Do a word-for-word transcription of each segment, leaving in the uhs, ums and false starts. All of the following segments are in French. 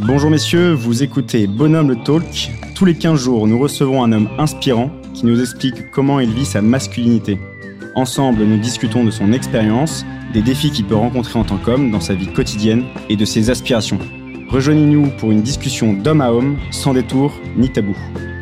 Bonjour messieurs, vous écoutez Bonhomme le Talk. Tous les quinze jours, nous recevons un homme inspirant qui nous explique comment il vit sa masculinité. Ensemble, nous discutons de son expérience, des défis qu'il peut rencontrer en tant qu'homme dans sa vie quotidienne et de ses aspirations. Rejoignez-nous pour une discussion d'homme à homme, sans détour ni tabou.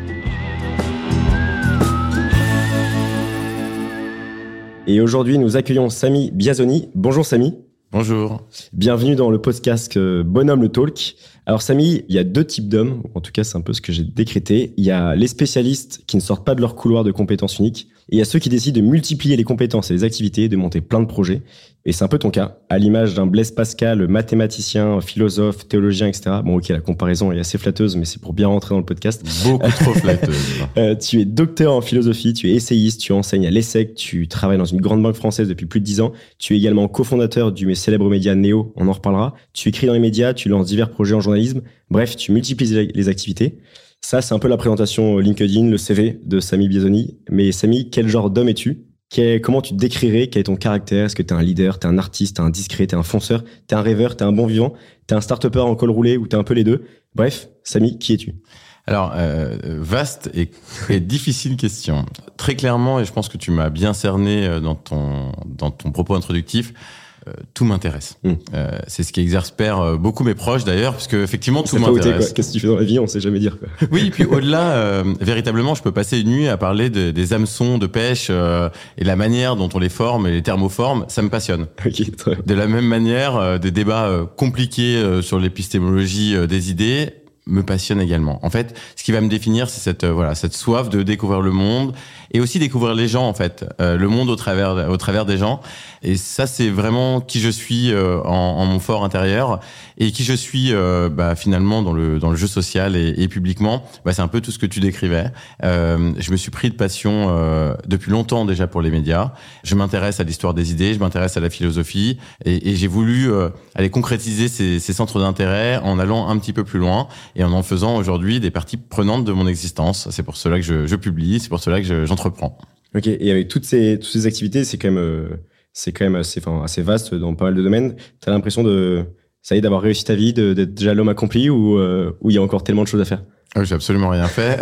Et aujourd'hui, nous accueillons Samy Biazoni. Bonjour Samy. Bonjour. Bienvenue dans le podcast Bonhomme le Talk. Alors Samy, il y a deux types d'hommes, en tout cas c'est un peu ce que j'ai décrété. Il y a les spécialistes qui ne sortent pas de leur couloir de compétences uniques, et il y a ceux qui décident de multiplier les compétences et les activités, de monter plein de projets. Et c'est un peu ton cas, à l'image d'un Blaise Pascal, mathématicien, philosophe, théologien, et cetera. Bon ok, la comparaison est assez flatteuse, mais c'est pour bien rentrer dans le podcast. Beaucoup trop flatteuse. euh, tu es docteur en philosophie, tu es essayiste, tu enseignes à l'ESSEC, tu travailles dans une grande banque française depuis plus de dix ans. Tu es également cofondateur du célèbre média Néo, on en reparlera. Tu écris dans les médias, tu lances divers projets en journalisme. Bref, tu multiplies les activités. Ça, c'est un peu la présentation LinkedIn, le C V de Samy Biazoni. Mais Samy, quel genre d'homme es-tu ? Quel, comment tu te décrirais ? Quel est ton caractère ? Est-ce que t'es un leader, t'es un artiste, t'es un discret, t'es un fonceur, t'es un rêveur, t'es un bon vivant, t'es un start-upper en col roulé ou t'es un peu les deux ? Bref, Samy, qui es-tu ? Alors, euh, vaste et, et difficile question. Très clairement, et je pense que tu m'as bien cerné dans ton, dans ton propos introductif, Euh, tout m'intéresse. Mmh. Euh, c'est ce qui exaspère beaucoup mes proches d'ailleurs, parce que effectivement tout m'intéresse. Quoi. Qu'est-ce que tu fais dans la vie ? On sait jamais dire. Quoi. Oui, et puis au-delà, euh, véritablement, je peux passer une nuit à parler de, des hameçons de pêche euh, et la manière dont on les forme et les thermoforme. Ça me passionne. Okay, très bien. De la même manière, euh, des débats euh, compliqués euh, sur l'épistémologie euh, des idées me passionne également. En fait, ce qui va me définir, c'est cette euh, voilà cette soif de découvrir le monde et aussi découvrir les gens en fait, euh, le monde au travers au travers des gens. Et ça, c'est vraiment qui je suis euh, en, en mon fort intérieur et qui je suis euh, bah, finalement dans le dans le jeu social et, et publiquement. Bah, c'est un peu tout ce que tu décrivais. Euh, je me suis pris de passion euh, depuis longtemps déjà pour les médias. Je m'intéresse à l'histoire des idées, je m'intéresse à la philosophie et, et j'ai voulu euh, aller concrétiser ces, ces centres d'intérêt en allant un petit peu plus loin et en en faisant aujourd'hui des parties prenantes de mon existence. C'est pour cela que je, je publie, c'est pour cela que je, j'entreprends. Ok, et avec toutes ces, toutes ces activités, c'est quand même, euh, c'est quand même assez, enfin, assez vaste dans pas mal de domaines. T'as l'impression de, ça y est, d'avoir réussi ta vie, de, d'être déjà l'homme accompli ou euh, où il y a encore tellement de choses à faire? Ah, j'ai absolument rien fait.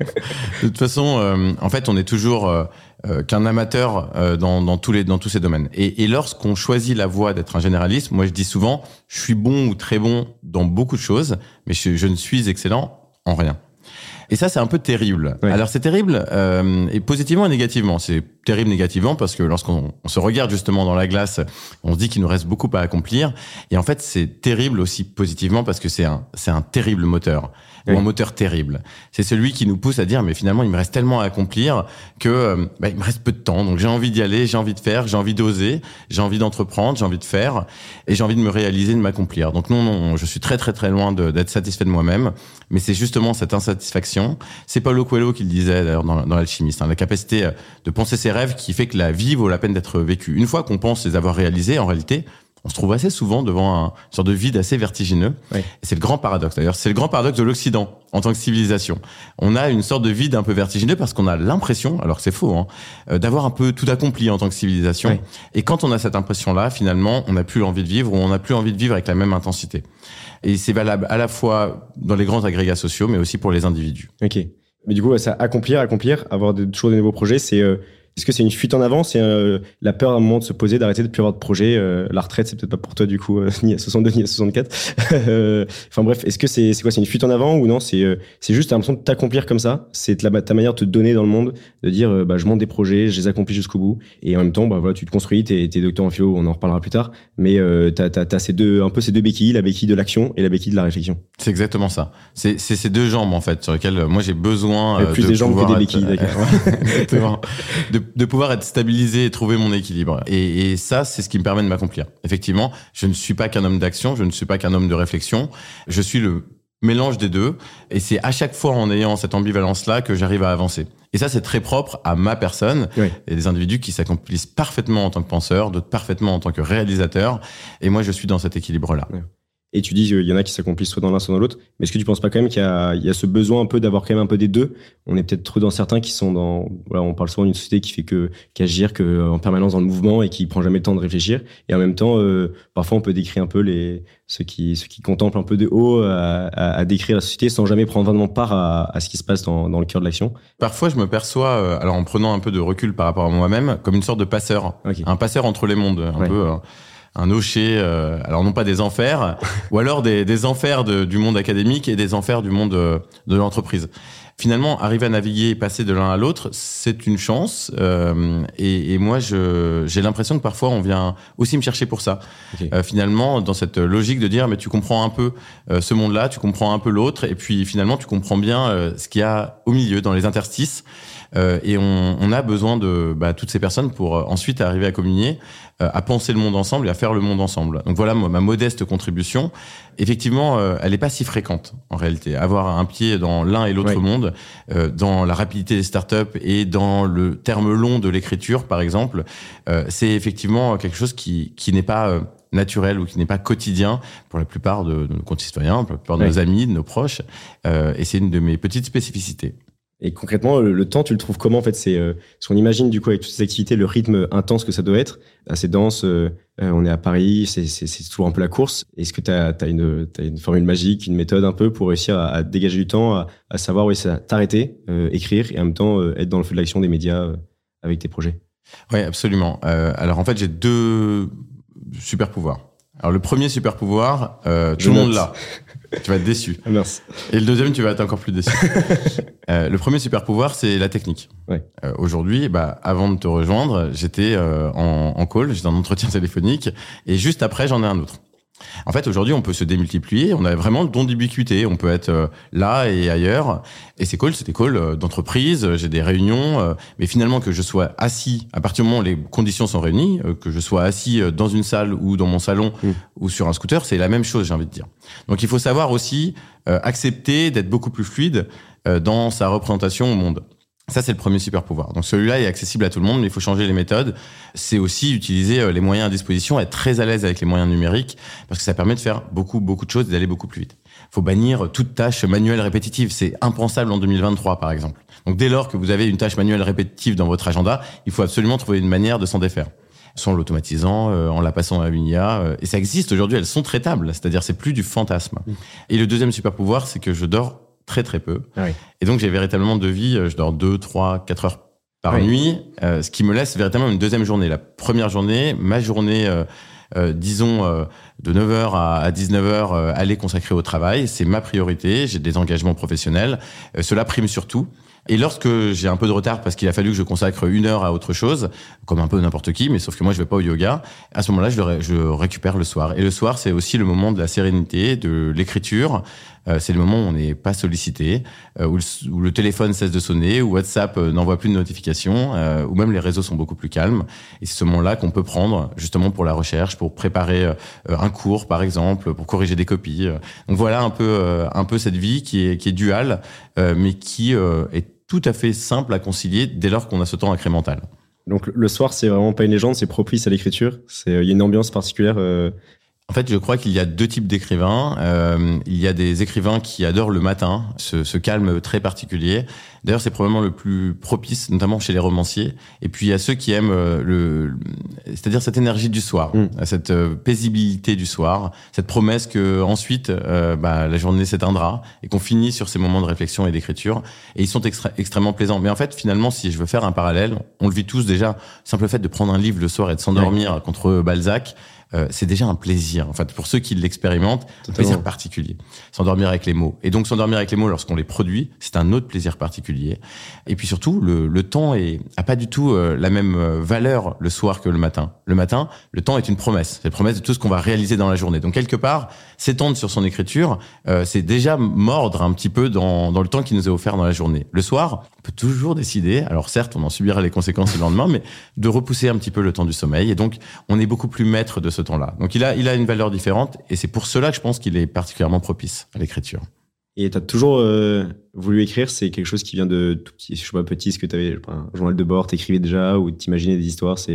De toute façon, euh, en fait, on est toujours euh, euh, qu'un amateur euh, dans, dans tous les dans tous ces domaines. Et, et lorsqu'on choisit la voie d'être un généraliste, moi je dis souvent, je suis bon ou très bon dans beaucoup de choses, mais je, je ne suis excellent en rien. Et ça, c'est un peu terrible. Oui. Alors, c'est terrible, euh, et positivement et négativement. C'est terrible négativement parce que lorsqu'on on se regarde justement dans la glace, on se dit qu'il nous reste beaucoup à accomplir. Et en fait, c'est terrible aussi positivement parce que c'est un, c'est un terrible moteur. Oui. Ou un moteur terrible. C'est celui qui nous pousse à dire, mais finalement, il me reste tellement à accomplir que, euh, bah, il me reste peu de temps. Donc, j'ai envie d'y aller, j'ai envie de faire, j'ai envie d'oser, j'ai envie d'entreprendre, j'ai envie de faire, et j'ai envie de me réaliser, de m'accomplir. Donc, non, non, je suis très, très, très loin de, d'être satisfait de moi-même. Mais c'est justement cette insatisfaction. C'est Paulo Coelho qui le disait, d'ailleurs, dans, dans L'Alchimiste, hein, la capacité de penser ses rêves qui fait que la vie vaut la peine d'être vécue. Une fois qu'on pense les avoir réalisés, en réalité, on se trouve assez souvent devant un, une sorte de vide assez vertigineux. Oui. Et c'est le grand paradoxe. D'ailleurs, c'est le grand paradoxe de l'Occident en tant que civilisation. On a une sorte de vide un peu vertigineux parce qu'on a l'impression, alors que c'est faux, hein, d'avoir un peu tout accompli en tant que civilisation. Oui. Et quand on a cette impression-là, finalement, on n'a plus envie de vivre ou on n'a plus envie de vivre avec la même intensité. Et c'est valable à la fois dans les grands agrégats sociaux, mais aussi pour les individus. Ok. Mais du coup, ça, accomplir, accomplir, avoir de, toujours des nouveaux projets, c'est... Euh... Est-ce que c'est une fuite en avant ? C'est euh, la peur à un moment de se poser, d'arrêter de plus avoir de projet. Euh, la retraite, c'est peut-être pas pour toi du coup, euh, ni à soixante-deux ni à soixante-quatre. euh, enfin bref, est-ce que c'est, c'est quoi ? C'est une fuite en avant ou non ? C'est, euh, c'est juste t'as l'impression de t'accomplir comme ça. C'est la, ta manière de te donner dans le monde, de dire euh, bah je monte des projets, je les accomplis jusqu'au bout. Et en même temps, bah voilà, tu te construis. T'es, t'es docteur en philo, on en reparlera plus tard. Mais euh, t'as, t'as, t'as ces deux, un peu ces deux béquilles, la béquille de l'action et la béquille de la réflexion. C'est exactement ça. C'est, c'est ces deux jambes en fait sur lesquelles moi j'ai besoin. Euh, plus de des jambes que des béquilles, être, d'accord. Exactement. de, de pouvoir être stabilisé et trouver mon équilibre. Et, et ça, c'est ce qui me permet de m'accomplir. Effectivement, je ne suis pas qu'un homme d'action, je ne suis pas qu'un homme de réflexion. Je suis le mélange des deux. Et c'est à chaque fois en ayant cette ambivalence-là que j'arrive à avancer. Et ça, c'est très propre à ma personne. Oui. Il y a des individus qui s'accomplissent parfaitement en tant que penseurs, d'autres parfaitement en tant que réalisateurs. Et moi, je suis dans cet équilibre-là. Oui. Et tu dis qu'il y en a qui s'accomplissent soit dans l'un, soit dans l'autre. Mais est-ce que tu penses pas quand même qu'il y a, il y a ce besoin un peu d'avoir quand même un peu des deux? On est peut-être trop dans certains qui sont dans, voilà, on parle souvent d'une société qui fait que, qu'agir, que en permanence dans le mouvement et qui prend jamais le temps de réfléchir. Et en même temps, euh, parfois on peut décrire un peu les, ceux qui, ceux qui contemplent un peu de haut à, à, à décrire la société sans jamais prendre vraiment part à, à ce qui se passe dans, dans le cœur de l'action. Parfois, je me perçois, euh, alors en prenant un peu de recul par rapport à moi-même, comme une sorte de passeur. Okay. Un passeur entre les mondes, un ouais. peu, euh, un nocher, euh, alors non pas des enfers, ou alors des, des enfers de, du monde académique et des enfers du monde de, de l'entreprise. Finalement, arriver à naviguer et passer de l'un à l'autre, c'est une chance. Euh, et, et moi, je, j'ai l'impression que parfois, on vient aussi me chercher pour ça. Okay. Euh, finalement, dans cette logique de dire, mais tu comprends un peu euh, ce monde-là, tu comprends un peu l'autre, et puis finalement, tu comprends bien euh, ce qu'il y a au milieu, dans les interstices. Euh, et on, on a besoin de bah, toutes ces personnes pour euh, ensuite arriver à communier, euh, à penser le monde ensemble et à faire le monde ensemble. Donc voilà ma modeste contribution. Effectivement, euh, elle n'est pas si fréquente en réalité. Avoir un pied dans l'un et l'autre oui. monde, euh, dans la rapidité des startups et dans le terme long de l'écriture, par exemple, euh, c'est effectivement quelque chose qui, qui n'est pas euh, naturel ou qui n'est pas quotidien pour la plupart de, de nos concitoyens, pour la plupart de oui. nos amis, de nos proches. Euh, et c'est une de mes petites spécificités. Et concrètement, le, le temps, tu le trouves comment en fait? C'est euh, ce qu'on imagine du coup avec toutes ces activités, le rythme intense que ça doit être, assez dense. Euh, on est à Paris, c'est, c'est, c'est toujours un peu la course. Est-ce que tu as une, t'as une formule magique, une méthode un peu pour réussir à, à dégager du temps, à, à savoir où ça t'arrêter, euh, écrire et en même temps euh, être dans le feu de l'action des médias euh, avec tes projets? Oui, absolument. Euh, alors en fait, j'ai deux super pouvoirs. Alors le premier super pouvoir, euh, tout le monde l'a. Tu vas être déçu. Ah, merci. Et le deuxième, tu vas être encore plus déçu. euh, le premier super pouvoir, c'est la technique. Ouais. Euh, aujourd'hui, bah, avant de te rejoindre, j'étais euh, en, en call, j'étais en entretien téléphonique, et juste après, j'en ai un autre. En fait, aujourd'hui, on peut se démultiplier. On a vraiment le don d'ubiquité. On peut être euh, là et ailleurs. Et ces calls, c'est des calls euh, d'entreprise. J'ai des réunions. Euh, mais finalement, que je sois assis, à partir du moment où les conditions sont réunies, euh, que je sois assis dans une salle ou dans mon salon mmh. ou sur un scooter, c'est la même chose, j'ai envie de dire. Donc, il faut savoir aussi euh, accepter d'être beaucoup plus fluide euh, dans sa représentation au monde. Ça, c'est le premier super pouvoir. Donc, celui-là est accessible à tout le monde, mais il faut changer les méthodes. C'est aussi utiliser les moyens à disposition, être très à l'aise avec les moyens numériques, parce que ça permet de faire beaucoup, beaucoup de choses et d'aller beaucoup plus vite. Il faut bannir toute tâche manuelle répétitive. C'est impensable en deux mille vingt-trois, par exemple. Donc, dès lors que vous avez une tâche manuelle répétitive dans votre agenda, il faut absolument trouver une manière de s'en défaire. Soit en l'automatisant, euh, en la passant à une I A. Euh, et ça existe aujourd'hui, elles sont traitables. C'est-à-dire, c'est plus du fantasme. Mmh. Et le deuxième super pouvoir, c'est que je dors très très peu. Ah oui. Et donc j'ai véritablement deux vies, je dors deux, trois, quatre heures par oui. nuit, euh, ce qui me laisse véritablement une deuxième journée. La première journée, ma journée, euh, euh, disons, euh, de neuf heures à dix-neuf heures, euh, elle est consacrée au travail, c'est ma priorité, j'ai des engagements professionnels, euh, cela prime surtout. Et lorsque j'ai un peu de retard parce qu'il a fallu que je consacre une heure à autre chose, comme un peu n'importe qui, mais sauf que moi je vais pas au yoga, à ce moment-là je, le ré- je récupère le soir. Et le soir c'est aussi le moment de la sérénité, de l'écriture. Euh, c'est le moment où on n'est pas sollicité, euh, où, le, où le téléphone cesse de sonner, où WhatsApp euh, n'envoie plus de notifications, euh, où même les réseaux sont beaucoup plus calmes. Et c'est ce moment-là qu'on peut prendre justement pour la recherche, pour préparer euh, un cours par exemple, pour corriger des copies. Donc voilà un peu euh, un peu cette vie qui est qui est duale, euh, mais qui euh, est tout à fait simple à concilier dès lors qu'on a ce temps incrémental. Donc le soir, c'est vraiment pas une légende, c'est propice à l'écriture. C'est il y a une ambiance particulière. Euh... En fait, je crois qu'il y a deux types d'écrivains. Euh, il y a des écrivains qui adorent le matin, ce, ce calme très particulier. D'ailleurs, c'est probablement le plus propice, notamment chez les romanciers. Et puis, il y a ceux qui aiment le, c'est-à-dire cette énergie du soir, mmh. cette paisibilité du soir, cette promesse que ensuite, euh, bah, la journée s'éteindra et qu'on finit sur ces moments de réflexion et d'écriture. Et ils sont extra- extrêmement plaisants. Mais en fait, finalement, si je veux faire un parallèle, on le vit tous déjà. Le simple fait de prendre un livre le soir et de s'endormir ouais. contre Balzac. Euh, c'est déjà un plaisir. En fait, pour ceux qui l'expérimentent, un plaisir particulier. S'endormir avec les mots. Et donc, s'endormir avec les mots lorsqu'on les produit, c'est un autre plaisir particulier. Et puis surtout, le, le temps est, a pas du tout euh, la même valeur le soir que le matin. Le matin, le temps est une promesse. C'est la promesse de tout ce qu'on va réaliser dans la journée. Donc, quelque part, s'étendre sur son écriture, euh, c'est déjà mordre un petit peu dans, dans le temps qui nous est offert dans la journée. Le soir, on peut toujours décider, alors certes, on en subira les conséquences le lendemain, mais de repousser un petit peu le temps du sommeil. Et donc, on est beaucoup plus maître de ce temps-là. Donc il a, il a une valeur différente et c'est pour cela que je pense qu'il est particulièrement propice à l'écriture. Et tu as toujours euh, voulu écrire, c'est quelque chose qui vient de tout petit, je sais pas, petit, est-ce que tu avais un journal de bord, t'écrivais déjà ou t'imaginais des histoires, c'est, euh,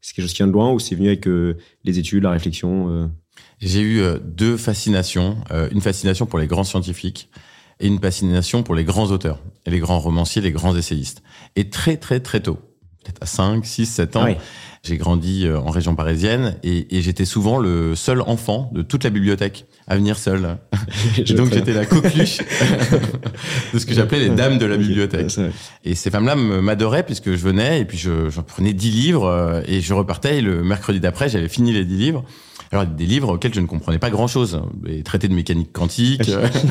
C'est quelque chose qui vient de loin ou c'est venu avec euh, les études, la réflexion euh... J'ai eu euh, deux fascinations. Euh, une fascination pour les grands scientifiques et une fascination pour les grands auteurs, et les grands romanciers, les grands essayistes. Et très, très, très tôt, peut-être à cinq, six, sept ans, ah oui. J'ai grandi en région parisienne et, et j'étais souvent le seul enfant de toute la bibliothèque à venir seul. Et donc j'étais la coqueluche de ce que j'appelais les dames de la bibliothèque. Et ces femmes-là m'adoraient puisque je venais et puis je, j'en prenais dix livres et je repartais et le mercredi d'après, j'avais fini les dix livres. Alors, des livres auxquels je ne comprenais pas grand-chose. Les traités de mécanique quantique,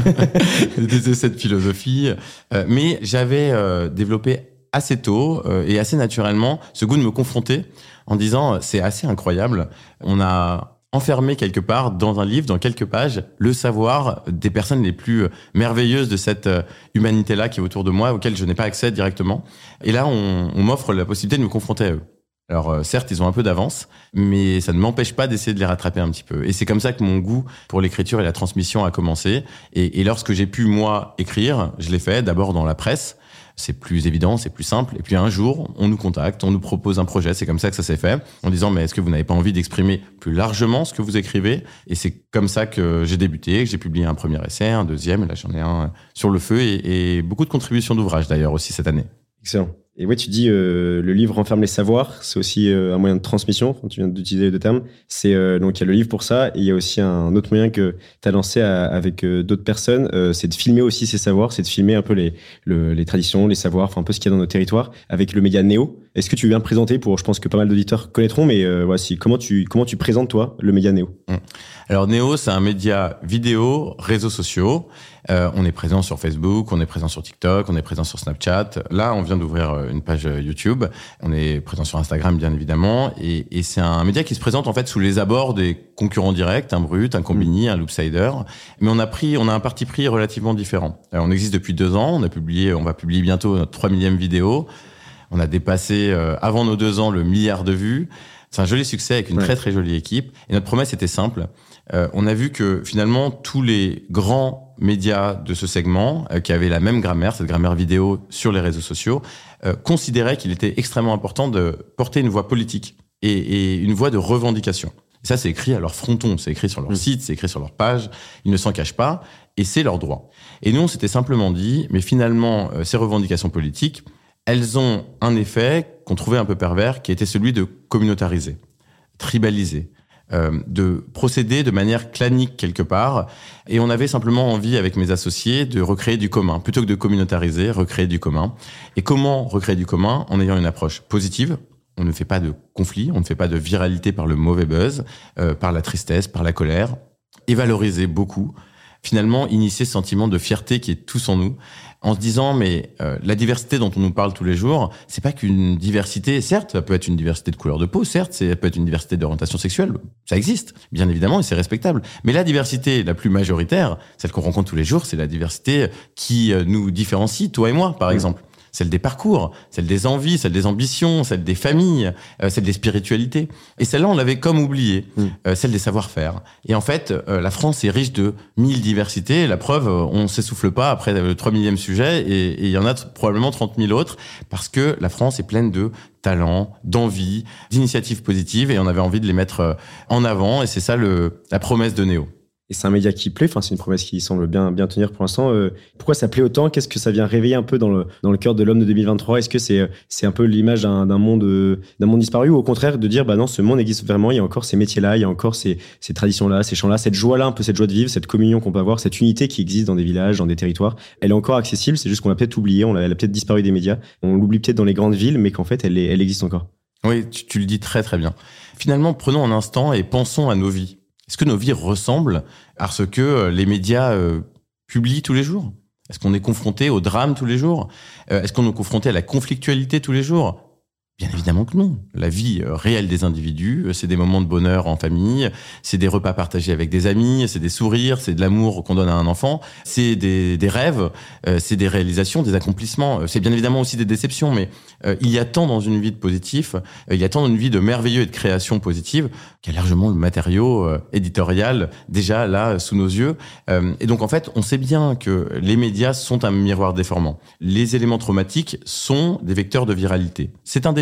des essais de philosophie. Mais j'avais développé assez tôt et assez naturellement ce goût de me confronter en disant c'est assez incroyable. On a enfermé quelque part dans un livre, dans quelques pages, le savoir des personnes les plus merveilleuses de cette humanité-là qui est autour de moi, auxquelles je n'ai pas accès directement. Et là, on, on m'offre la possibilité de me confronter à eux. Alors euh, certes, ils ont un peu d'avance, mais ça ne m'empêche pas d'essayer de les rattraper un petit peu. Et c'est comme ça que mon goût pour l'écriture et la transmission a commencé. Et, et lorsque j'ai pu, moi, écrire, je l'ai fait d'abord dans la presse. C'est plus évident, c'est plus simple. Et puis un jour, on nous contacte, on nous propose un projet. C'est comme ça que ça s'est fait, en disant mais est-ce que vous n'avez pas envie d'exprimer plus largement ce que vous écrivez? Et c'est comme ça que j'ai débuté, que j'ai publié un premier essai, un deuxième, et là j'en ai un sur le feu et, et beaucoup de contributions d'ouvrages d'ailleurs aussi cette année. Excellent. Et ouais, tu dis euh, le livre renferme les savoirs, c'est aussi euh, un moyen de transmission. Tu viens d'utiliser les deux termes. C'est euh, donc il y a le livre pour ça, et il y a aussi un autre moyen que tu as lancé à, avec euh, d'autres personnes, euh, c'est de filmer aussi ces savoirs, c'est de filmer un peu les le, les traditions, les savoirs, enfin un peu ce qu'il y a dans nos territoires, avec le média Néo. Est-ce que tu veux bien le présenter pour, je pense que pas mal d'auditeurs connaîtront, mais euh, voici comment tu comment tu présentes toi le média Néo. Mmh. Alors Néo, c'est un média vidéo, réseaux sociaux. Euh, on est présent sur Facebook, on est présent sur TikTok, on est présent sur Snapchat. Là, on vient d'ouvrir une page YouTube. On est présent sur Instagram, bien évidemment. Et, et c'est un média qui se présente en fait sous les abords des concurrents directs, un Brut, un Combini, un Loopsider. Mais on a pris, on a un parti pris relativement différent. Alors, on existe depuis deux ans. On a publié, on va publier bientôt notre trois millième vidéo. On a dépassé euh, avant nos deux ans le milliard de vues. C'est un joli succès avec une ouais. très très jolie équipe. Et notre promesse était simple. Euh, on a vu que finalement tous les grands médias de ce segment, euh, qui avaient la même grammaire, cette grammaire vidéo sur les réseaux sociaux, euh, considéraient qu'il était extrêmement important de porter une voix politique et, et une voix de revendication. Et ça, c'est écrit à leur fronton, c'est écrit sur leur mmh. site, c'est écrit sur leur page. Ils ne s'en cachent pas et c'est leur droit. Et nous, on s'était simplement dit, mais finalement, euh, ces revendications politiques, elles ont un effet qu'on trouvait un peu pervers, qui était celui de communautariser, tribaliser, euh, de procéder de manière clanique quelque part. Et on avait simplement envie, avec mes associés, de recréer du commun. Plutôt que de communautariser, recréer du commun. Et comment recréer du commun? En ayant une approche positive. On ne fait pas de conflit, on ne fait pas de viralité par le mauvais buzz, euh, par la tristesse, par la colère. Et valoriser beaucoup. Finalement, initier ce sentiment de fierté qui est tous en nous, en se disant, mais euh, la diversité dont on nous parle tous les jours, c'est pas qu'une diversité, certes, ça peut être une diversité de couleur de peau, certes, ça peut être une diversité d'orientation sexuelle, ça existe, bien évidemment, et c'est respectable. Mais la diversité la plus majoritaire, celle qu'on rencontre tous les jours, c'est la diversité qui euh, nous différencie, toi et moi, par mmh. exemple. Celle des parcours, celle des envies, celle des ambitions, celle des familles, euh, celle des spiritualités. Et celle-là, on l'avait comme oubliée, mmh. euh, celle des savoir-faire. Et en fait, euh, la France est riche de mille diversités. La preuve, on ne s'essouffle pas après le trois millième sujet, et il y en a t- probablement trente mille autres, parce que la France est pleine de talents, d'envie, d'initiatives positives, et on avait envie de les mettre en avant, et c'est ça le, la promesse de Néo. Et c'est un média qui plaît, enfin, c'est une promesse qui semble bien, bien tenir pour l'instant. Euh, pourquoi ça plaît autant? Qu'est-ce que ça vient réveiller un peu dans le, dans le cœur de l'homme de deux mille vingt-trois? Est-ce que c'est, c'est un peu l'image d'un, d'un monde, d'un monde disparu, ou au contraire de dire, bah non, ce monde existe vraiment, il y a encore ces métiers-là, il y a encore ces, ces traditions-là, ces chants-là, cette joie-là, un peu cette joie de vivre, cette communion qu'on peut avoir, cette unité qui existe dans des villages, dans des territoires. Elle est encore accessible, c'est juste qu'on l'a peut-être oubliée, on l'a, elle a peut-être disparu des médias. On l'oublie peut-être dans les grandes villes, mais qu'en fait, elle, est, elle existe encore. Oui, tu, tu le dis très très bien. Finalement, prenons un instant et pensons à nos vies. Est-ce que nos vies ressemblent à ce que les médias euh, publient tous les jours? Est-ce qu'on est confronté au drame tous les jours? euh, Est-ce qu'on est confronté à la conflictualité tous les jours? Bien évidemment que non. La vie euh, réelle des individus, euh, c'est des moments de bonheur en famille, c'est des repas partagés avec des amis, c'est des sourires, c'est de l'amour qu'on donne à un enfant, c'est des, des rêves, euh, c'est des réalisations, des accomplissements. Euh, c'est bien évidemment aussi des déceptions, mais euh, il y a tant dans une vie de positif, euh, il y a tant dans une vie de merveilleux et de création positive qu'il y a largement le matériau euh, éditorial déjà là sous nos yeux. Euh, et donc en fait, on sait bien que les médias sont un miroir déformant. Les éléments traumatiques sont des vecteurs de viralité. C'est indéniable.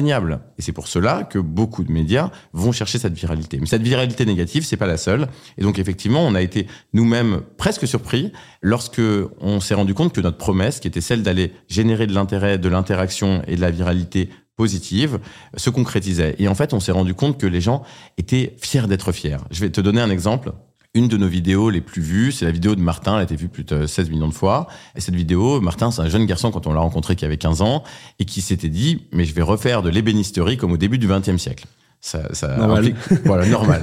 indéniable. Et c'est pour cela que beaucoup de médias vont chercher cette viralité. Mais cette viralité négative, c'est pas la seule. Et donc, effectivement, on a été nous-mêmes presque surpris lorsque on s'est rendu compte que notre promesse, qui était celle d'aller générer de l'intérêt, de l'interaction et de la viralité positive, se concrétisait. Et en fait, on s'est rendu compte que les gens étaient fiers d'être fiers. Je vais te donner un exemple. Une de nos vidéos les plus vues, c'est la vidéo de Martin. Elle a été vue plus de seize millions de fois. Et cette vidéo, Martin, c'est un jeune garçon quand on l'a rencontré qui avait quinze ans et qui s'était dit, mais je vais refaire de l'ébénisterie comme au début du vingtième siècle. Ça, ça normal. implique, voilà, normal.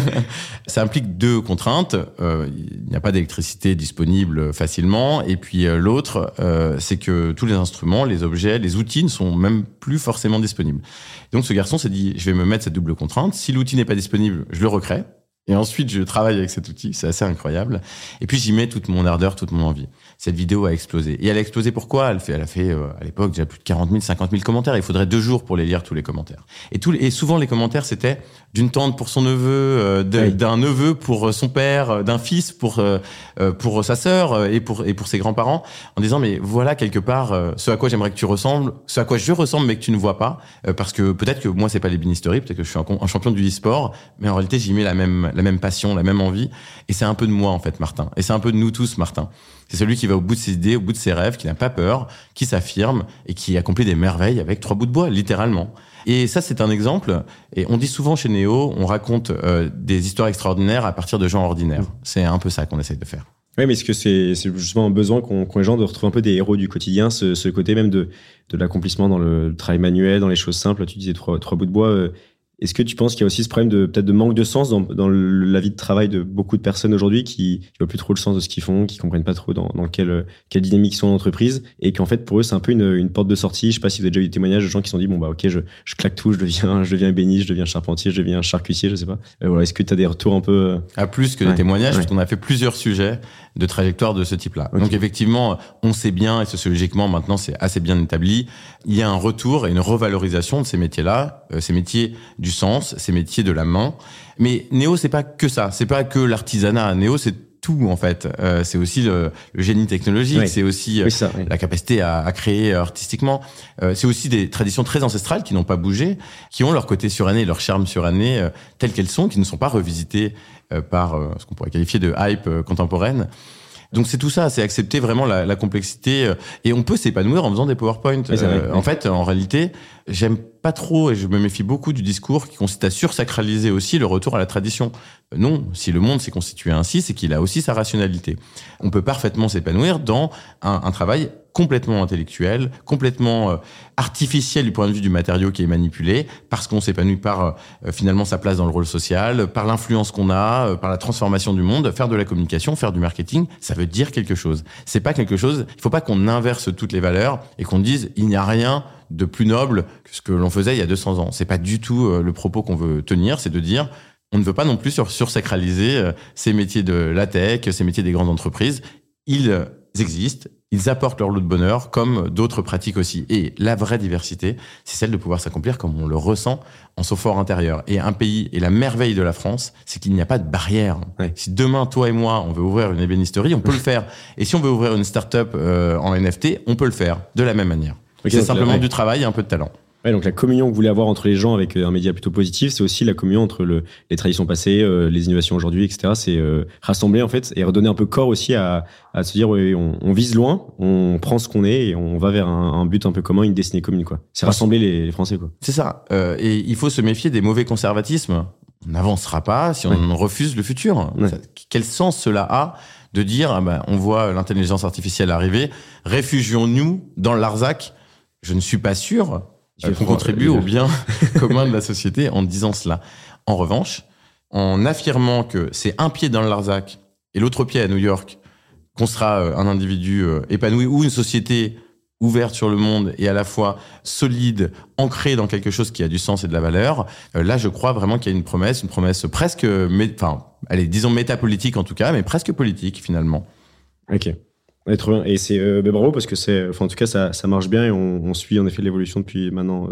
Ça implique deux contraintes. Euh, il n'y a pas d'électricité disponible facilement. Et puis euh, l'autre, euh, c'est que tous les instruments, les objets, les outils ne sont même plus forcément disponibles. Donc ce garçon s'est dit, je vais me mettre cette double contrainte. Si l'outil n'est pas disponible, je le recrée. Et ensuite, je travaille avec cet outil. C'est assez incroyable. Et puis, j'y mets toute mon ardeur, toute mon envie. Cette vidéo a explosé. Et elle a explosé pourquoi? Elle fait, elle a fait, euh, à l'époque, déjà plus de quarante mille, cinquante mille commentaires. Il faudrait deux jours pour les lire, tous les commentaires. Et tous les, et souvent, les commentaires, c'était d'une tante pour son neveu, euh, de, oui. d'un neveu pour son père, d'un fils pour, euh, pour sa sœur et pour, et pour ses grands-parents. En disant, mais voilà, quelque part, euh, ce à quoi j'aimerais que tu ressembles, ce à quoi je ressemble, mais que tu ne vois pas. Euh, parce que peut-être que moi, c'est pas l'ébénisterie, peut-être que je suis un, un champion du e-sport, mais en réalité, j'y mets la même, la même passion, la même envie. Et c'est un peu de moi, en fait, Martin. Et c'est un peu de nous tous, Martin. C'est celui qui va au bout de ses idées, au bout de ses rêves, qui n'a pas peur, qui s'affirme et qui accomplit des merveilles avec trois bouts de bois, littéralement. Et ça, c'est un exemple. Et on dit souvent chez Néo, on raconte euh, des histoires extraordinaires à partir de gens ordinaires. C'est un peu ça qu'on essaye de faire. Oui, mais est-ce que c'est, c'est justement un besoin qu'ont, qu'ont les gens de retrouver un peu des héros du quotidien, ce, ce côté même de, de l'accomplissement dans le travail manuel, dans les choses simples. Tu disais trois, trois bouts de bois. Euh, Est-ce que tu penses qu'il y a aussi ce problème de peut-être de manque de sens dans, dans le, la vie de travail de beaucoup de personnes aujourd'hui qui qui voient plus trop le sens de ce qu'ils font, qui comprennent pas trop dans, dans quelle, quelle dynamique ils sont en entreprise et qu'en fait pour eux c'est un peu une, une porte de sortie. Je sais pas si vous avez déjà eu des témoignages de gens qui se sont dit bon bah ok je, je claque tout, je deviens je deviens ébéniste, je deviens charpentier, je deviens charcutier, je sais pas. Euh, voilà, est-ce que tu as des retours un peu à plus que ouais, des témoignages ouais. Parce qu'on a fait plusieurs sujets de trajectoire de ce type-là. Okay. Donc effectivement, on sait bien et sociologiquement maintenant c'est assez bien établi, il y a un retour et une revalorisation de ces métiers-là, euh, ces métiers du sens, ces métiers de la main. Mais Néo, c'est pas que ça. C'est pas que l'artisanat. Néo, c'est tout, en fait. Euh, c'est aussi le, le génie technologique. Oui. C'est aussi euh, oui, ça, oui. la capacité à, à créer artistiquement. Euh, c'est aussi des traditions très ancestrales qui n'ont pas bougé, qui ont leur côté suranné, leur charme suranné, euh, telles qu'elles sont, qui ne sont pas revisitées euh, par euh, ce qu'on pourrait qualifier de hype euh, contemporaine. Donc c'est tout ça, c'est accepter vraiment la, la complexité euh, et on peut s'épanouir en faisant des PowerPoint. Oui, euh, en fait, en réalité, j'aime pas trop et je me méfie beaucoup du discours qui consiste à sursacraliser aussi le retour à la tradition. Euh, non, si le monde s'est constitué ainsi, c'est qu'il a aussi sa rationalité. On peut parfaitement s'épanouir dans un, un travail complètement intellectuel, complètement euh, artificiel du point de vue du matériau qui est manipulé, parce qu'on s'épanouit par euh, finalement sa place dans le rôle social, par l'influence qu'on a, euh, par la transformation du monde. Faire de la communication, faire du marketing, ça veut dire quelque chose. C'est pas quelque chose, il faut pas qu'on inverse toutes les valeurs et qu'on dise il n'y a rien de plus noble que ce que l'on faisait il y a deux cents ans. C'est pas du tout euh, le propos qu'on veut tenir, c'est de dire on ne veut pas non plus sur, sursacraliser euh, ces métiers de la tech, ces métiers des grandes entreprises. Ils euh, existent, ils apportent leur lot de bonheur comme d'autres pratiques aussi. Et la vraie diversité, c'est celle de pouvoir s'accomplir comme on le ressent en son fort intérieur. Et un pays, et la merveille de la France, c'est qu'il n'y a pas de barrière. Ouais. Si demain, toi et moi, on veut ouvrir une ébénisterie, on peut le faire. Et si on veut ouvrir une start-up euh, en N F T, on peut le faire de la même manière. Okay, c'est simplement là, ouais. du travail et un peu de talent. Ouais, donc la communion que vous voulez avoir entre les gens avec un média plutôt positif, c'est aussi la communion entre le, les traditions passées, euh, les innovations aujourd'hui, et cetera. C'est euh, rassembler en fait et redonner un peu corps aussi à, à se dire ouais, on, on vise loin, on prend ce qu'on est et on va vers un, un but un peu commun, une destinée commune quoi. C'est rassembler les, les Français quoi. C'est ça. Euh, et il faut se méfier des mauvais conservatismes. On n'avancera pas si on ouais. refuse le futur. Ouais. Ça, quel sens cela a de dire ah ben, on voit l'intelligence artificielle arriver, réfugions-nous dans le Larzac. Je ne suis pas sûr euh, qu'on contribue au bien commun de la société en disant cela. En revanche, en affirmant que c'est un pied dans le Larzac et l'autre pied à New York, qu'on sera un individu épanoui ou une société ouverte sur le monde et à la fois solide, ancrée dans quelque chose qui a du sens et de la valeur, euh, là je crois vraiment qu'il y a une promesse, une promesse presque, mé- enfin, allez, disons métapolitique en tout cas, mais presque politique finalement. Ok. Ouais, trop bien. Et c'est euh, bah, bravo parce que c'est, enfin, en tout cas, ça, ça marche bien et on, on suit en effet l'évolution depuis maintenant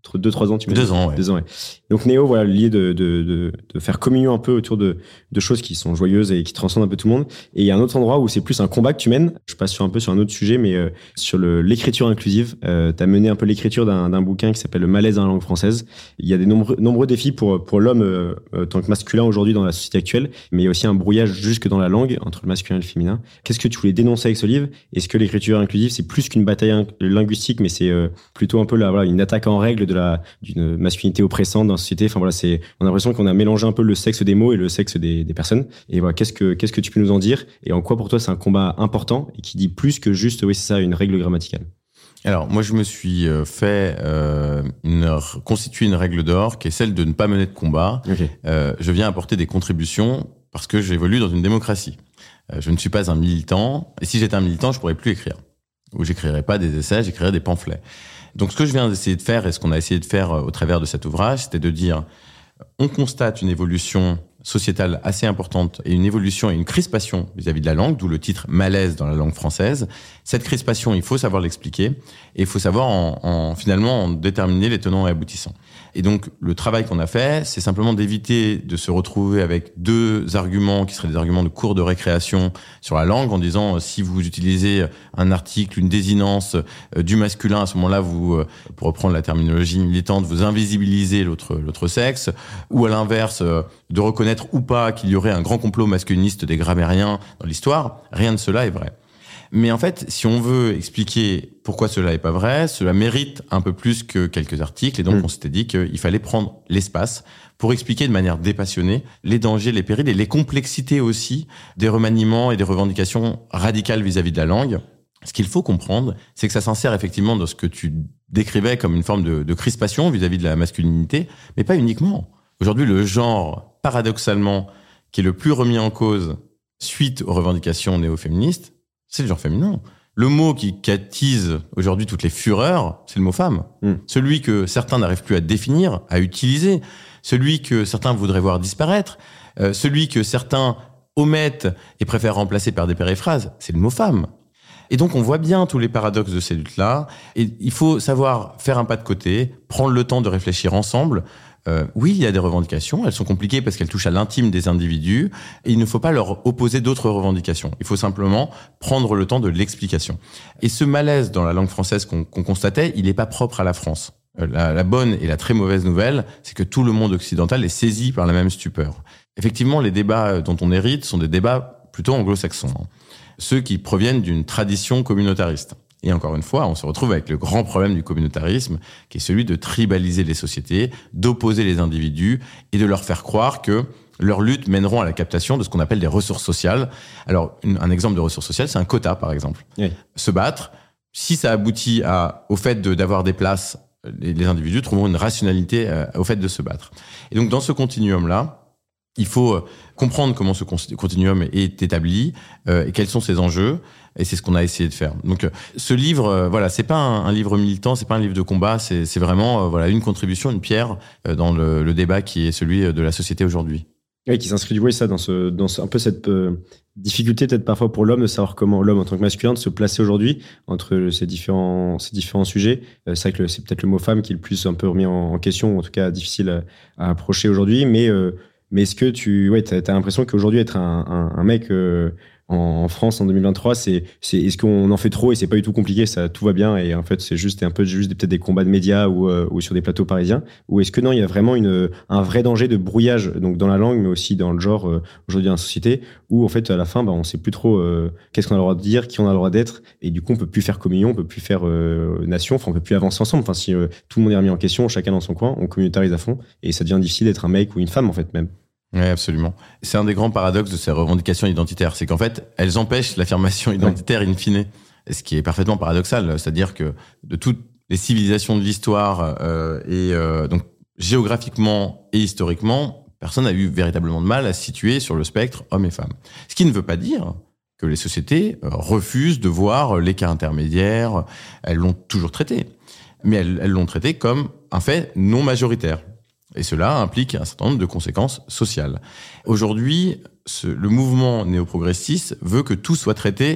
entre deux trois ans, tu m'as Deux dit. ans, ouais. Deux ans, ouais. Donc Néo, voilà, l'idée de, de, de, de faire communion un peu autour de, de choses qui sont joyeuses et qui transcendent un peu tout le monde. Et il y a un autre endroit où c'est plus un combat que tu mènes. Je passe sur un peu sur un autre sujet, mais euh, sur le, l'écriture inclusive. Euh, tu as mené un peu l'écriture d'un, d'un bouquin qui s'appelle Le malaise dans la langue française. Il y a des nombreux, nombreux défis pour, pour l'homme euh, euh, tant que masculin aujourd'hui dans la société actuelle, mais il y a aussi un brouillage jusque dans la langue entre le masculin et le féminin. Qu'est-ce que tu voulais dénoncer avec ce livre? Est-ce que l'écriture inclusive, c'est plus qu'une bataille in- linguistique, mais c'est euh, plutôt un peu la, voilà, une attaque en règle de la, d'une masculinité oppressante dans la société? Enfin voilà, c'est, on a l'impression qu'on a mélangé un peu le sexe des mots et le sexe des, des personnes. Et voilà, qu'est-ce que, qu'est-ce que tu peux nous en dire? Et en quoi pour toi c'est un combat important et qui dit plus que juste, oui, c'est ça, une règle grammaticale? Alors, moi, je me suis fait euh, une, constituer une règle d'or qui est celle de ne pas mener de combat. Okay. Euh, je viens apporter des contributions parce que j'évolue dans une démocratie. Euh, je ne suis pas un militant. Et si j'étais un militant, je pourrais plus écrire. Ou j'écrirais pas des essais, j'écrirais des pamphlets. Donc, ce que je viens d'essayer de faire et ce qu'on a essayé de faire au travers de cet ouvrage, c'était de dire, on constate une évolution sociétale assez importante et une évolution et une crispation vis-à-vis de la langue, d'où le titre malaise dans la langue française. Cette crispation, il faut savoir l'expliquer et il faut savoir en, en finalement en déterminer les tenants et aboutissants. Et donc, le travail qu'on a fait, c'est simplement d'éviter de se retrouver avec deux arguments qui seraient des arguments de cours de récréation sur la langue en disant, si vous utilisez un article, une désinence euh, du masculin, à ce moment-là, vous, euh, pour reprendre la terminologie militante, vous invisibilisez l'autre, l'autre sexe, ou à l'inverse, euh, de reconnaître ou pas qu'il y aurait un grand complot masculiniste des grammairiens dans l'histoire. Rien de cela est vrai. Mais en fait, si on veut expliquer pourquoi cela n'est pas vrai, cela mérite un peu plus que quelques articles. Et donc, mmh. on s'était dit qu'il fallait prendre l'espace pour expliquer de manière dépassionnée les dangers, les périls et les complexités aussi des remaniements et des revendications radicales vis-à-vis de la langue. Ce qu'il faut comprendre, c'est que ça s'insère effectivement dans ce que tu décrivais comme une forme de, de crispation vis-à-vis de la masculinité, mais pas uniquement. Aujourd'hui, le genre, paradoxalement, qui est le plus remis en cause suite aux revendications néo-féministes, c'est le genre féminin. Le mot qui, qui attise aujourd'hui toutes les fureurs, c'est le mot femme. Mm. Celui que certains n'arrivent plus à définir, à utiliser. Celui que certains voudraient voir disparaître. Euh, celui que certains omettent et préfèrent remplacer par des périphrases, c'est le mot femme. Et donc, on voit bien tous les paradoxes de ces luttes-là. Et il faut savoir faire un pas de côté, prendre le temps de réfléchir ensemble. Euh, oui, il y a des revendications, elles sont compliquées parce qu'elles touchent à l'intime des individus et il ne faut pas leur opposer d'autres revendications. Il faut simplement prendre le temps de l'explication. Et ce malaise dans la langue française qu'on, qu'on constatait, il n'est pas propre à la France. Euh, la, la bonne et la très mauvaise nouvelle, c'est que tout le monde occidental est saisi par la même stupeur. Effectivement, les débats dont on hérite sont des débats plutôt anglo-saxons, hein. Ceux qui proviennent d'une tradition communautariste. Et encore une fois, on se retrouve avec le grand problème du communautarisme, qui est celui de tribaliser les sociétés, d'opposer les individus et de leur faire croire que leurs luttes mèneront à la captation de ce qu'on appelle des ressources sociales. Alors, une, un exemple de ressources sociales, c'est un quota, par exemple. Oui. Se battre, si ça aboutit à, au fait de, d'avoir des places, les, les individus trouveront une rationalité euh, au fait de se battre. Et donc, dans ce continuum-là, il faut comprendre comment ce continuum est établi euh, et quels sont ses enjeux. Et c'est ce qu'on a essayé de faire. Donc, ce livre, euh, voilà, c'est pas un, un livre militant, c'est pas un livre de combat, c'est, c'est vraiment, euh, voilà, une contribution, une pierre euh, dans le, le débat qui est celui de la société aujourd'hui. Oui, qui s'inscrit, oui, ça, dans ce, dans ce, un peu cette euh, difficulté, peut-être parfois pour l'homme, de savoir comment l'homme, en tant que masculin, de se placer aujourd'hui entre ces différents, ces différents sujets. Euh, c'est vrai que le, c'est peut-être le mot femme qui est le plus un peu remis en, en question, ou en tout cas difficile à, à approcher aujourd'hui. Mais, euh, mais est-ce que tu, ouais, t'as, t'as l'impression qu'aujourd'hui, être un, un, un mec, euh, en France en deux mille vingt-trois, c'est, c'est est-ce qu'on en fait trop et c'est pas du tout compliqué, ça tout va bien et en fait c'est juste un peu juste peut-être des combats de médias ou, euh, ou sur des plateaux parisiens, ou est-ce que non, il y a vraiment une un vrai danger de brouillage donc dans la langue mais aussi dans le genre euh, aujourd'hui dans la société où en fait à la fin bah on sait plus trop euh, qu'est-ce qu'on a le droit de dire, qui on a le droit d'être et du coup on peut plus faire communion, on peut plus faire euh, nation, enfin on peut plus avancer ensemble, enfin si euh, tout le monde est remis en question, chacun dans son coin, on communautarise à fond et ça devient difficile d'être un mec ou une femme en fait même. Oui, absolument. C'est un des grands paradoxes de ces revendications identitaires, c'est qu'en fait, elles empêchent l'affirmation identitaire in fine, ce qui est parfaitement paradoxal, c'est-à-dire que de toutes les civilisations de l'histoire euh, et euh, donc géographiquement et historiquement, personne n'a eu véritablement de mal à se situer sur le spectre hommes et femmes. Ce qui ne veut pas dire que les sociétés euh, refusent de voir les cas intermédiaires, elles l'ont toujours traité, mais elles, elles l'ont traité comme un fait non majoritaire. Et cela implique un certain nombre de conséquences sociales. Aujourd'hui, ce, le mouvement néo-progressiste veut que tout soit traité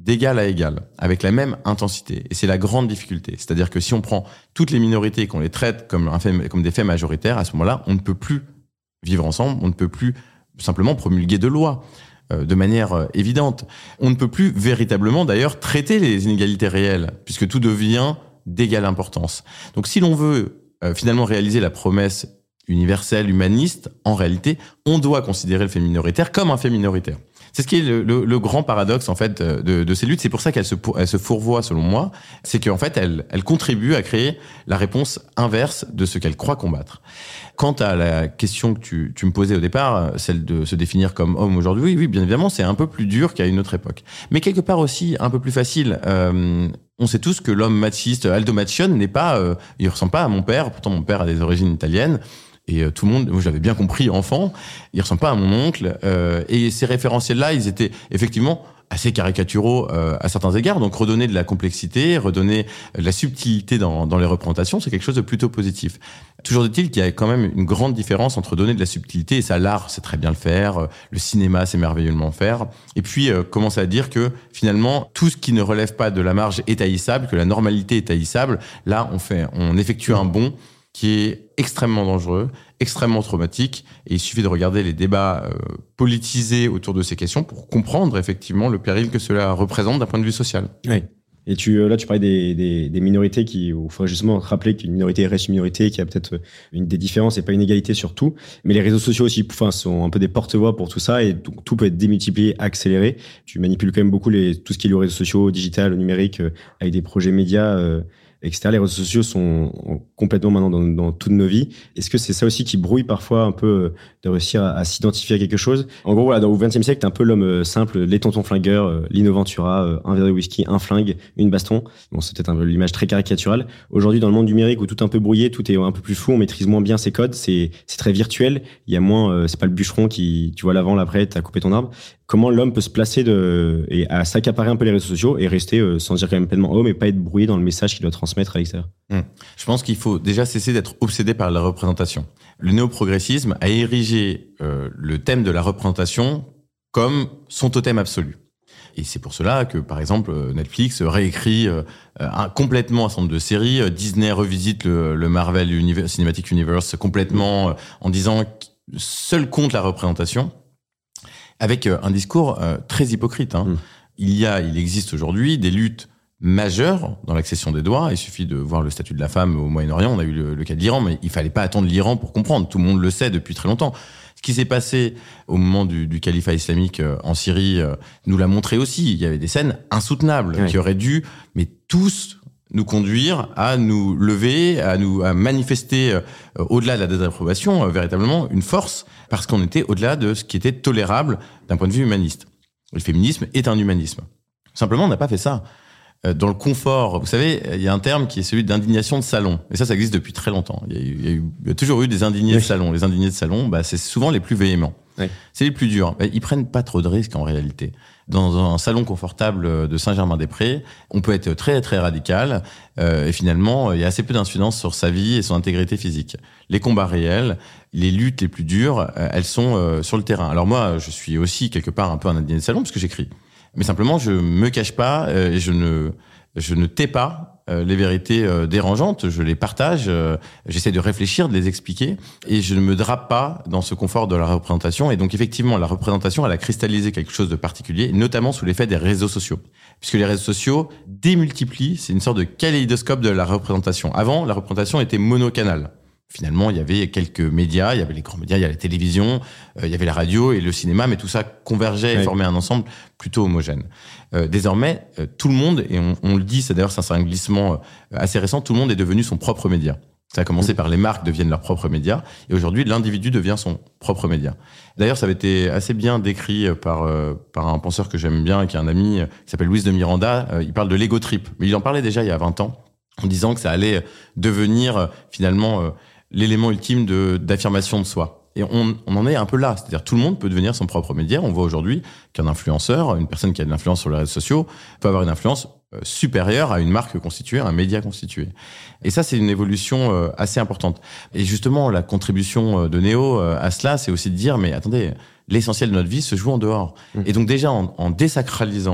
d'égal à égal, avec la même intensité. Et c'est la grande difficulté. C'est-à-dire que si on prend toutes les minorités et qu'on les traite comme, un fait, comme des faits majoritaires, à ce moment-là, on ne peut plus vivre ensemble, on ne peut plus simplement promulguer de lois euh, de manière euh, évidente. On ne peut plus véritablement, d'ailleurs, traiter les inégalités réelles, puisque tout devient d'égale importance. Donc si l'on veut euh, finalement réaliser la promesse universelle, humaniste, en réalité, on doit considérer le fait minoritaire comme un fait minoritaire. C'est ce qui est le, le, le grand paradoxe en fait de, de ces luttes. C'est pour ça qu'elles se, elles se fourvoient, selon moi. C'est qu'en fait, elles, elles contribuent à créer la réponse inverse de ce qu'elles croient combattre. Quant à la question que tu, tu me posais au départ, celle de se définir comme homme aujourd'hui, oui, oui, bien évidemment, c'est un peu plus dur qu'à une autre époque. Mais quelque part aussi un peu plus facile. Euh, on sait tous que l'homme machiste, Aldo Machione, n'est pas, euh, il ressemble pas à mon père. Pourtant, mon père a des origines italiennes. Et euh, tout le monde, moi je l'avais bien compris enfant, il ressemble pas à mon oncle. Euh, et ces référentiels-là, ils étaient effectivement assez caricaturaux euh, à certains égards. Donc redonner de la complexité, redonner de la subtilité dans, dans les représentations, c'est quelque chose de plutôt positif. Toujours est-il qu'il y a quand même une grande différence entre donner de la subtilité, et ça l'art c'est très bien le faire, le cinéma c'est merveilleusement le faire, et puis euh, commencer à dire que finalement tout ce qui ne relève pas de la marge est haïssable, que la normalité est haïssable. Là on fait, on effectue un bond qui est extrêmement dangereux, extrêmement traumatique. Et il suffit de regarder les débats euh, politisés autour de ces questions pour comprendre effectivement le péril que cela représente d'un point de vue social. Oui. Et tu, là, tu parlais des, des, des minorités qui, il faudrait justement rappeler qu'une minorité reste une minorité, qu'il y a peut-être une des différences et pas une égalité sur tout. Mais les réseaux sociaux aussi, enfin, sont un peu des porte-voix pour tout ça et tout, tout peut être démultiplié, accéléré. Tu manipules quand même beaucoup les, tout ce qui est lié aux réseaux sociaux, digital, au numérique, euh, avec des projets médias, euh, et cetera. Les réseaux sociaux sont complètement maintenant dans, dans toutes nos vies. Est-ce que c'est ça aussi qui brouille parfois un peu de réussir à, à s'identifier à quelque chose? En gros, voilà, dans le vingtième siècle, t'es un peu l'homme simple, les tontons flingueurs, l'Innoventura, un verre de whisky, un flingue, une baston. Bon, c'est peut-être un peu l'image très caricaturale. Aujourd'hui, dans le monde numérique où tout est un peu brouillé, tout est un peu plus flou, on maîtrise moins bien ses codes, c'est, c'est très virtuel. Il y a moins, euh, c'est pas le bûcheron qui, tu vois l'avant, l'après, t'as coupé ton arbre. Comment l'homme peut se placer de, et à s'accaparer un peu les réseaux sociaux et rester euh, sans dire quand même pleinement homme et pas être brouillé dans le message qu'il doit transmettre à l'extérieur? Mmh. Je pense qu'il faut déjà cesser d'être obsédé par la représentation. Le néoprogressisme a érigé euh, le thème de la représentation comme son totem absolu. Et c'est pour cela que, par exemple, Netflix réécrit euh, un, complètement un certain nombre de séries. Disney revisite le, le Marvel Universe, Cinematic Universe complètement euh, en disant seul compte la représentation, avec un discours euh, très hypocrite. Hein. Mmh. Il y a, il existe aujourd'hui des luttes majeures dans l'accession des droits. Il suffit de voir le statut de la femme au Moyen-Orient. On a eu le, le cas de l'Iran, mais il fallait pas attendre l'Iran pour comprendre. Tout le monde le sait depuis très longtemps. Ce qui s'est passé au moment du, du califat islamique en Syrie euh, nous l'a montré aussi. Il y avait des scènes insoutenables oui. qui auraient dû, mais tous, nous conduire à nous lever, à nous à manifester euh, au-delà de la désapprobation, euh, véritablement une force, parce qu'on était au-delà de ce qui était tolérable d'un point de vue humaniste. Le féminisme est un humanisme. Simplement, on n'a pas fait ça. Euh, dans le confort, vous savez, il y a un terme qui est celui d'indignation de salon. Et ça, ça existe depuis très longtemps. Il y a, eu, il y a, eu, il y a toujours eu des indignés oui. de salon. Les indignés de salon, bah, c'est souvent les plus véhéments. Oui. C'est les plus durs. Ils prennent pas trop de risques en réalité. Dans un salon confortable de Saint-Germain-des-Prés, on peut être très très radical euh, et finalement il y a assez peu d'incidence sur sa vie et son intégrité physique. Les combats réels, les luttes les plus dures, euh, elles sont euh, sur le terrain. Alors moi, je suis aussi quelque part un peu un indigné de salon parce que j'écris. Mais simplement, je me cache pas euh, et je ne je ne tais pas euh, les vérités euh, dérangeantes, je les partage, euh, j'essaie de réfléchir, de les expliquer, et je ne me drape pas dans ce confort de la représentation. Et donc effectivement, la représentation, elle a cristallisé quelque chose de particulier, notamment sous l'effet des réseaux sociaux. Puisque les réseaux sociaux démultiplient, c'est une sorte de kaléidoscope de la représentation. Avant, la représentation était monocanale. Finalement, il y avait quelques médias, il y avait les grands médias, il y a la télévision, euh, il y avait la radio et le cinéma, mais tout ça convergeait et ouais. formait un ensemble plutôt homogène. Euh, désormais, euh, tout le monde, et on, on le dit, c'est d'ailleurs ça, c'est un glissement euh, assez récent, tout le monde est devenu son propre média. Ça a commencé mmh. par les marques deviennent leurs propres médias, et aujourd'hui, l'individu devient son propre média. D'ailleurs, ça avait été assez bien décrit par euh, par un penseur que j'aime bien, qui est un ami, euh, qui s'appelle Luis de Miranda. Euh, il parle de l'ego trip, mais il en parlait déjà il y a vingt ans, en disant que ça allait devenir euh, finalement euh, l'élément ultime de d'affirmation de soi. Et on, on en est un peu là. C'est-à-dire tout le monde peut devenir son propre média. On voit aujourd'hui qu'un influenceur, une personne qui a de l'influence sur les réseaux sociaux, peut avoir une influence supérieure à une marque constituée, à un média constitué. Et ça, c'est une évolution assez importante. Et justement, la contribution de Néo à cela, c'est aussi de dire, mais attendez, l'essentiel de notre vie se joue en dehors. Mmh. Et donc déjà, en, en désacralisant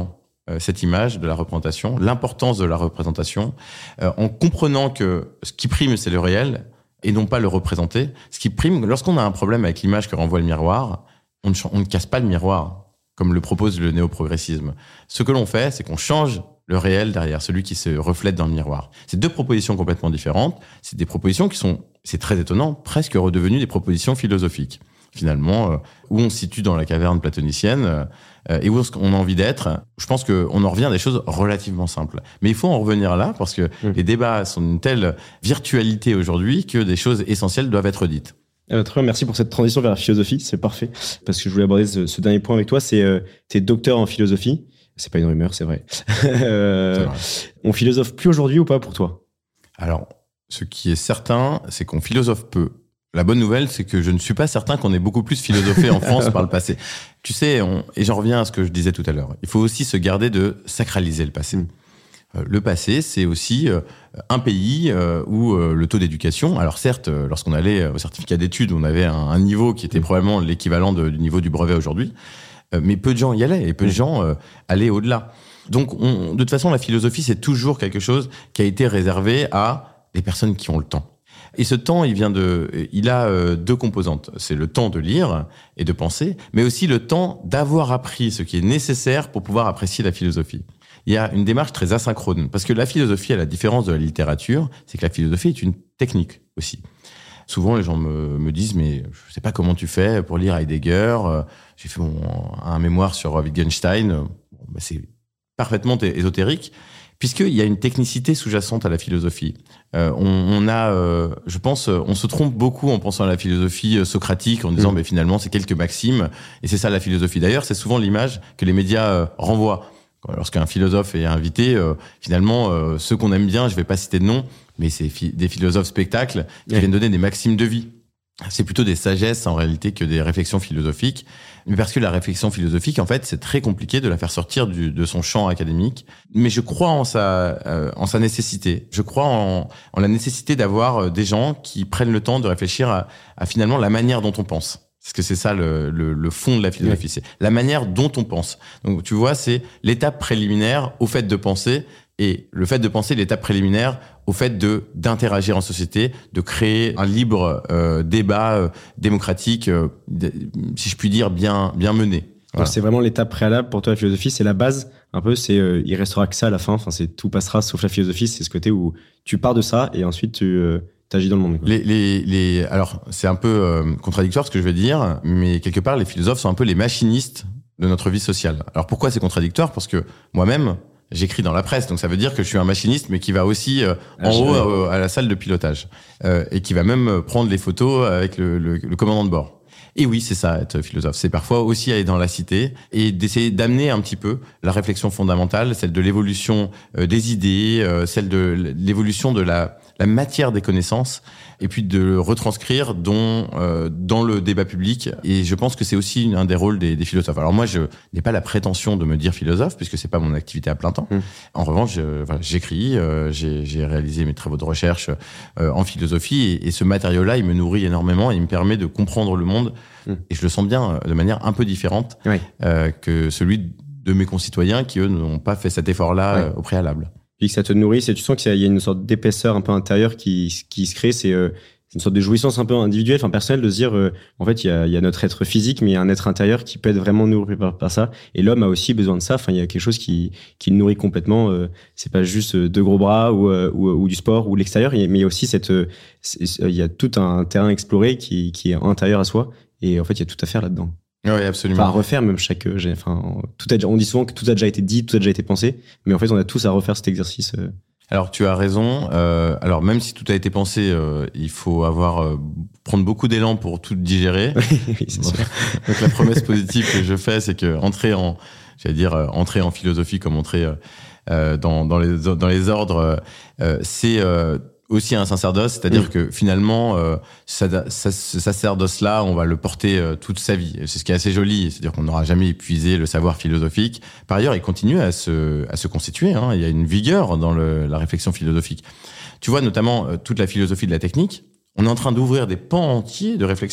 euh, cette image de la représentation, l'importance de la représentation, euh, en comprenant que ce qui prime, c'est le réel et non pas le représenter. Ce qui prime, lorsqu'on a un problème avec l'image que renvoie le miroir, on ne, on ne casse pas le miroir, comme le propose le néoprogressisme. Ce que l'on fait, c'est qu'on change le réel derrière, celui qui se reflète dans le miroir. C'est deux propositions complètement différentes. C'est des propositions qui sont, c'est très étonnant, presque redevenues des propositions philosophiques. Finalement, euh, où on se situe dans la caverne platonicienne euh, et où on a envie d'être, je pense qu'on en revient à des choses relativement simples. Mais il faut en revenir là parce que mmh. les débats sont d'une telle virtualité aujourd'hui que des choses essentielles doivent être dites. Euh, très bien, merci pour cette transition vers la philosophie, c'est parfait. Parce que je voulais aborder ce, ce dernier point avec toi, c'est euh, t'es docteur en philosophie. C'est pas une rumeur, c'est vrai. euh, c'est vrai. On philosophe plus aujourd'hui ou pas pour toi? Alors, ce qui est certain, c'est qu'on philosophe peu. La bonne nouvelle, c'est que je ne suis pas certain qu'on ait beaucoup plus philosophé en France par le passé. Tu sais, on, et j'en reviens à ce que je disais tout à l'heure, il faut aussi se garder de sacraliser le passé. Euh, le passé, c'est aussi euh, un pays euh, où euh, le taux d'éducation, alors certes, euh, lorsqu'on allait au certificat d'études, on avait un, un niveau qui était probablement l'équivalent de, du niveau du brevet aujourd'hui, euh, mais peu de gens y allaient et peu de gens euh, allaient au-delà. Donc, on, de toute façon, la philosophie, c'est toujours quelque chose qui a été réservé à des personnes qui ont le temps. Et ce temps, il vient de, il a euh, deux composantes. C'est le temps de lire et de penser, mais aussi le temps d'avoir appris ce qui est nécessaire pour pouvoir apprécier la philosophie. Il y a une démarche très asynchrone, parce que la philosophie, à la différence de la littérature, c'est que la philosophie est une technique aussi. Souvent, les gens me, me disent, mais je sais pas comment tu fais pour lire Heidegger. J'ai fait mon, un mémoire sur Wittgenstein. Bon, ben c'est parfaitement ésotérique. Puisqu'il y a une technicité sous-jacente à la philosophie. Euh, on, on a, euh, je pense, on se trompe beaucoup en pensant à la philosophie socratique, en disant, mmh. mais finalement, c'est quelques maximes, et c'est ça la philosophie. D'ailleurs, c'est souvent l'image que les médias euh, renvoient. Lorsqu'un philosophe est invité, euh, finalement, euh, ceux qu'on aime bien, je vais pas citer de nom, mais c'est fi- des philosophes spectacles qui mmh. viennent donner des maximes de vie. C'est plutôt des sagesses, en réalité, que des réflexions philosophiques. Mais parce que la réflexion philosophique, en fait, c'est très compliqué de la faire sortir du, de son champ académique. Mais je crois en sa, euh, en sa nécessité. Je crois en, en la nécessité d'avoir des gens qui prennent le temps de réfléchir à, à finalement la manière dont on pense. Parce que c'est ça le, le, le fond de la philosophie, oui. C'est la manière dont on pense. Donc, tu vois, c'est l'étape préliminaire au fait de penser. Et le fait de penser, l'étape préliminaire au fait de d'interagir en société, de créer un libre euh, débat euh, démocratique, euh, de, si je puis dire, bien bien mené. Voilà. C'est vraiment l'étape préalable pour toi, la philosophie, c'est la base. Un peu, c'est euh, il restera que ça à la fin. Enfin, c'est tout passera sauf la philosophie. C'est ce côté où tu pars de ça et ensuite tu euh, t'agis dans le monde. Quoi. Les les les. Alors, c'est un peu euh, contradictoire ce que je vais dire, mais quelque part, les philosophes sont un peu les machinistes de notre vie sociale. Alors pourquoi c'est contradictoire? Parce que moi-même, j'écris dans la presse, donc ça veut dire que je suis un machiniste, mais qui va aussi euh, en haut euh, à la salle de pilotage euh, et qui va même prendre les photos avec le, le, le commandant de bord. Et oui, c'est ça, être philosophe. C'est parfois aussi aller dans la cité et d'essayer d'amener un petit peu la réflexion fondamentale, celle de l'évolution euh, des idées, euh, celle de l'évolution de la, la matière des connaissances, et puis de le retranscrire dans, euh, dans le débat public. Et je pense que c'est aussi un des rôles des, des philosophes. Alors moi, je n'ai pas la prétention de me dire philosophe, puisque c'est pas mon activité à plein temps. Mmh. En revanche, je, voilà, j'écris, euh, j'ai, j'ai réalisé mes travaux de recherche euh, en philosophie, et, et ce matériau-là, il me nourrit énormément et il me permet de comprendre le monde. Mmh. Et je le sens bien de manière un peu différente oui. euh, que celui de mes concitoyens qui, eux, n'ont pas fait cet effort-là oui. euh, au préalable. Puis que ça te nourrit, et tu sens qu'il y a une sorte d'épaisseur un peu intérieure qui, qui se crée, c'est, euh, c'est une sorte de jouissance un peu individuelle, enfin personnelle, de se dire, euh, en fait, il y a, il y a notre être physique, mais il y a un être intérieur qui peut être vraiment nourri par, par ça, et l'homme a aussi besoin de ça, enfin il y a quelque chose qui, qui le nourrit complètement, euh, c'est pas juste deux gros bras ou, euh, ou, ou du sport ou l'extérieur, mais il y a aussi cette, euh, il y a tout un terrain exploré qui, qui est intérieur à soi, et en fait il y a tout à faire là-dedans. Oui, absolument. Enfin, à refaire même chaque, enfin, tout a, on dit souvent que tout a déjà été dit, tout a déjà été pensé, mais en fait, on a tous à refaire cet exercice. Euh. Alors, tu as raison. Euh, alors, même si tout a été pensé, euh, il faut avoir euh, prendre beaucoup d'élan pour tout digérer. oui, c'est donc, sûr. donc, la promesse positive que je fais, c'est que entrer en, j'allais dire, euh, entrer en philosophie comme entrer euh, dans, dans les dans les ordres, euh, c'est euh, aussi un sacerdoce, c'est-à-dire mmh. que finalement, euh, ça, ça, ce sacerdoce-là, on va le porter euh, toute sa vie. C'est ce qui est assez joli, c'est-à-dire qu'on n'aura jamais épuisé le savoir philosophique. Par ailleurs, il continue à se, à se constituer. Hein. Il y a une vigueur dans le, la réflexion philosophique. Tu vois, notamment, euh, toute la philosophie de la technique, on est en train d'ouvrir des pans entiers de réflexion.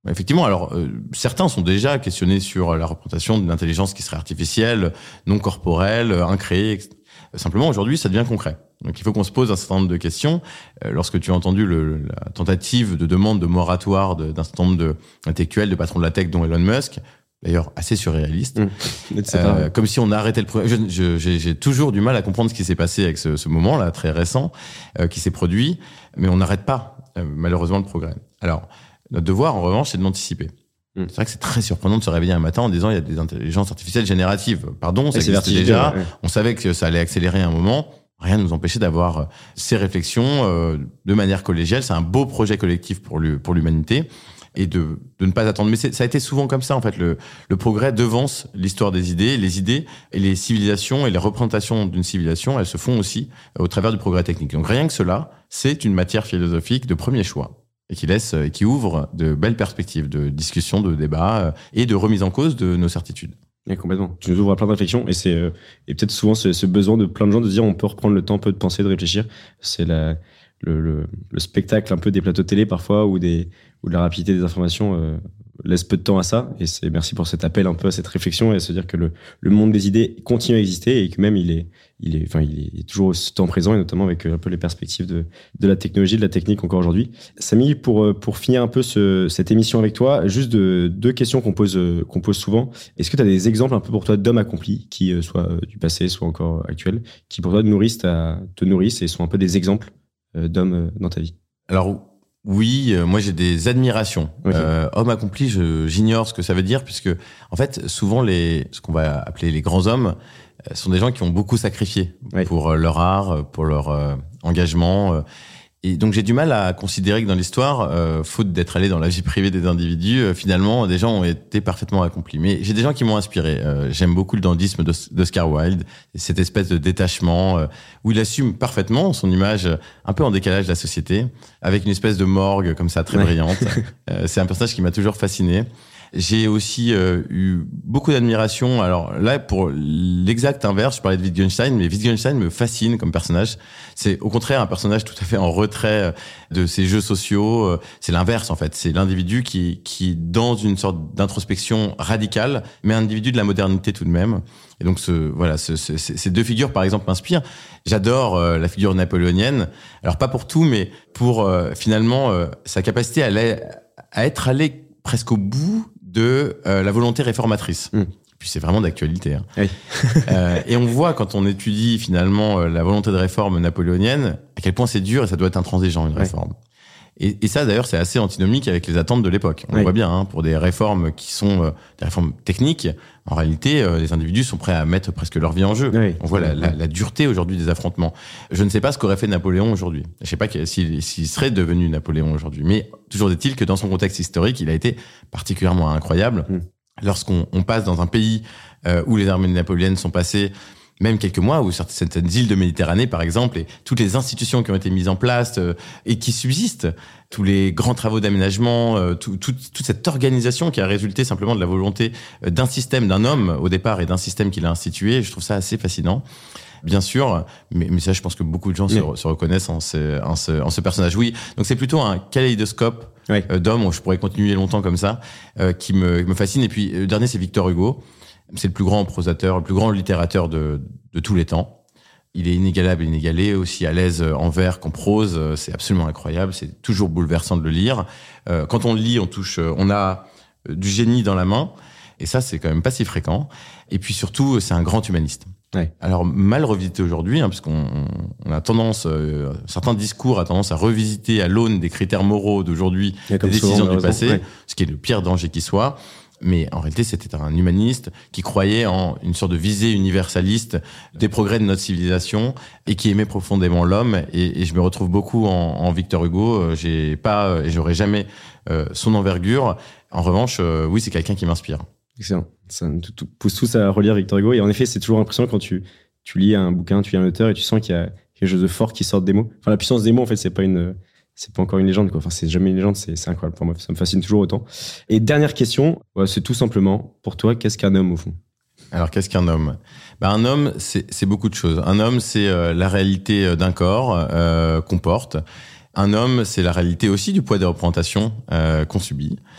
Effectivement, alors euh, certains sont déjà questionnés sur la représentation d'une intelligence qui serait artificielle, non corporelle, incréée. Simplement, aujourd'hui, ça devient concret. Donc, il faut qu'on se pose un certain nombre de questions. Euh, lorsque tu as entendu le, la tentative de demande de moratoire de, d'un certain nombre de, d'intellectuels, de patrons de la tech, dont Elon Musk, d'ailleurs assez surréaliste, mmh. euh, comme si on a arrêté le progrès. Je, je, j'ai, j'ai toujours du mal à comprendre ce qui s'est passé avec ce, ce moment-là, très récent, euh, qui s'est produit, mais on n'arrête pas, euh, malheureusement, le progrès. Alors, notre devoir, en revanche, c'est de l'anticiper. Mmh. C'est vrai que c'est très surprenant de se réveiller un matin en disant il y a des intelligences artificielles génératives. Pardon, ça existait déjà. Ouais. On savait que ça allait accélérer à un moment. Rien ne nous empêchait d'avoir ces réflexions euh, de manière collégiale. C'est un beau projet collectif pour, lui, pour l'humanité. Et de, de ne pas attendre. Mais c'est, ça a été souvent comme ça, en fait. Le, le progrès devance l'histoire des idées. Les idées et les civilisations et les représentations d'une civilisation, elles se font aussi au travers du progrès technique. Donc rien que cela, c'est une matière philosophique de premier choix. Et qui laisse, et qui ouvre de belles perspectives de discussion, de débat et de remise en cause de nos certitudes. Oui, complètement. Tu nous ouvres à plein de réflexions et c'est, euh, et peut-être souvent ce, ce besoin de plein de gens de dire on peut reprendre le temps un peu de penser, de réfléchir. C'est la, le, le, le spectacle un peu des plateaux télé parfois ou des, ou de la rapidité des informations, euh, laisse peu de temps à ça. Et c'est, merci pour cet appel un peu à cette réflexion et à se dire que le, le monde des idées continue à exister et que même il est, il est, enfin, il est toujours aussi temps présent et notamment avec un peu les perspectives de, de la technologie, de la technique encore aujourd'hui. Samy, pour, pour finir un peu ce, cette émission avec toi, juste de, deux questions qu'on pose, qu'on pose souvent. Est-ce que tu as des exemples un peu pour toi d'hommes accomplis, qui soient du passé, soit encore actuels, qui pour toi te nourrissent, te nourrissent et sont un peu des exemples d'hommes dans ta vie? Alors, oui, euh, moi j'ai des admirations. Okay. Euh, homme accompli, je, j'ignore ce que ça veut dire puisque en fait souvent les ce qu'on va appeler les grands hommes euh, sont des gens qui ont beaucoup sacrifié oui. pour euh, leur art, pour leur euh, engagement. Euh, et donc j'ai du mal à considérer que dans l'histoire, euh, faute d'être allé dans la vie privée des individus, euh, finalement des gens ont été parfaitement accomplis. Mais j'ai des gens qui m'ont inspiré. Euh, j'aime beaucoup le dandysme d'Oscar Wilde, cette espèce de détachement euh, où il assume parfaitement son image un peu en décalage de la société, avec une espèce de morgue comme ça très ouais. brillante. euh, c'est un personnage qui m'a toujours fasciné. J'ai aussi euh, eu beaucoup d'admiration. Alors là, pour l'exact inverse, je parlais de Wittgenstein, mais Wittgenstein me fascine comme personnage. C'est au contraire un personnage tout à fait en retrait de ces jeux sociaux. C'est l'inverse en fait. C'est l'individu qui, qui dans une sorte d'introspection radicale, mais un individu de la modernité tout de même. Et donc ce, voilà, ce, ce, ces deux figures par exemple m'inspirent. J'adore euh, la figure napoléonienne. Alors pas pour tout, mais pour euh, finalement euh, sa capacité à, aller, à être allé presque au bout de euh, la volonté réformatrice. Mmh. Puis c'est vraiment d'actualité. Hein. Oui. euh, et on voit quand on étudie finalement euh, la volonté de réforme napoléonienne, à quel point c'est dur et ça doit être intransigeant une oui. réforme. Et, et ça d'ailleurs c'est assez antinomique avec les attentes de l'époque. On oui. le voit bien, hein, pour des réformes qui sont euh, des réformes techniques, en réalité euh, les individus sont prêts à mettre presque leur vie en jeu. Oui. On voit la, la, la dureté aujourd'hui des affrontements. Je ne sais pas ce qu'aurait fait Napoléon aujourd'hui. Je ne sais pas s'il, s'il serait devenu Napoléon aujourd'hui. Mais toujours est-il que dans son contexte historique, il a été particulièrement incroyable. Mmh. Lorsqu'on on passe dans un pays euh, où les armées napoléoniennes sont passées même quelques mois, où certaines îles de Méditerranée, par exemple, et toutes les institutions qui ont été mises en place euh, et qui subsistent, tous les grands travaux d'aménagement, euh, tout, tout, toute cette organisation qui a résulté simplement de la volonté d'un système, d'un homme au départ et d'un système qu'il a institué, je trouve ça assez fascinant. Bien sûr, mais, mais ça, je pense que beaucoup de gens se, se reconnaissent en ce, en, ce, en ce personnage. Oui, donc c'est plutôt un kaléidoscope oui. euh, d'hommes, je pourrais continuer longtemps comme ça, euh, qui me, me fascine. Et puis, le dernier, c'est Victor Hugo. C'est le plus grand prosateur, le plus grand littérateur de, de tous les temps. Il est inégalable et inégalé, aussi à l'aise en vers qu'en prose. C'est absolument incroyable. C'est toujours bouleversant de le lire. Euh, quand on le lit, on touche, on a du génie dans la main. Et ça, c'est quand même pas si fréquent. Et puis surtout, c'est un grand humaniste. Ouais. Alors, mal revisité aujourd'hui, hein, parce qu'on on a tendance, euh, certains discours a tendance à revisiter à l'aune des critères moraux d'aujourd'hui, des décisions souvent, du passé, ouais. ce qui est le pire danger qui soit. Mais en réalité, c'était un humaniste qui croyait en une sorte de visée universaliste des progrès de notre civilisation et qui aimait profondément l'homme. Et, et je me retrouve beaucoup en, en Victor Hugo. J'ai pas et j'aurai jamais euh, son envergure. En revanche, euh, oui, c'est quelqu'un qui m'inspire. Excellent. Ça nous pousse tous à relire Victor Hugo. Et en effet, c'est toujours impressionnant quand tu, tu lis un bouquin, tu lis un auteur et tu sens qu'il y a quelque chose de fort qui sort des mots. Enfin, la puissance des mots, en fait, c'est pas une... c'est pas encore une légende, quoi. Enfin, c'est jamais une légende, c'est, c'est incroyable. Pour moi, ça me fascine toujours autant. Et dernière question, ouais, c'est tout simplement, pour toi, qu'est-ce qu'un homme au fond? Alors, qu'est-ce qu'un homme? Ben, un homme, c'est, c'est beaucoup de choses. Un homme, c'est euh, la réalité d'un corps euh, qu'on porte. Un homme, c'est la réalité aussi du poids des représentations euh, qu'on subit.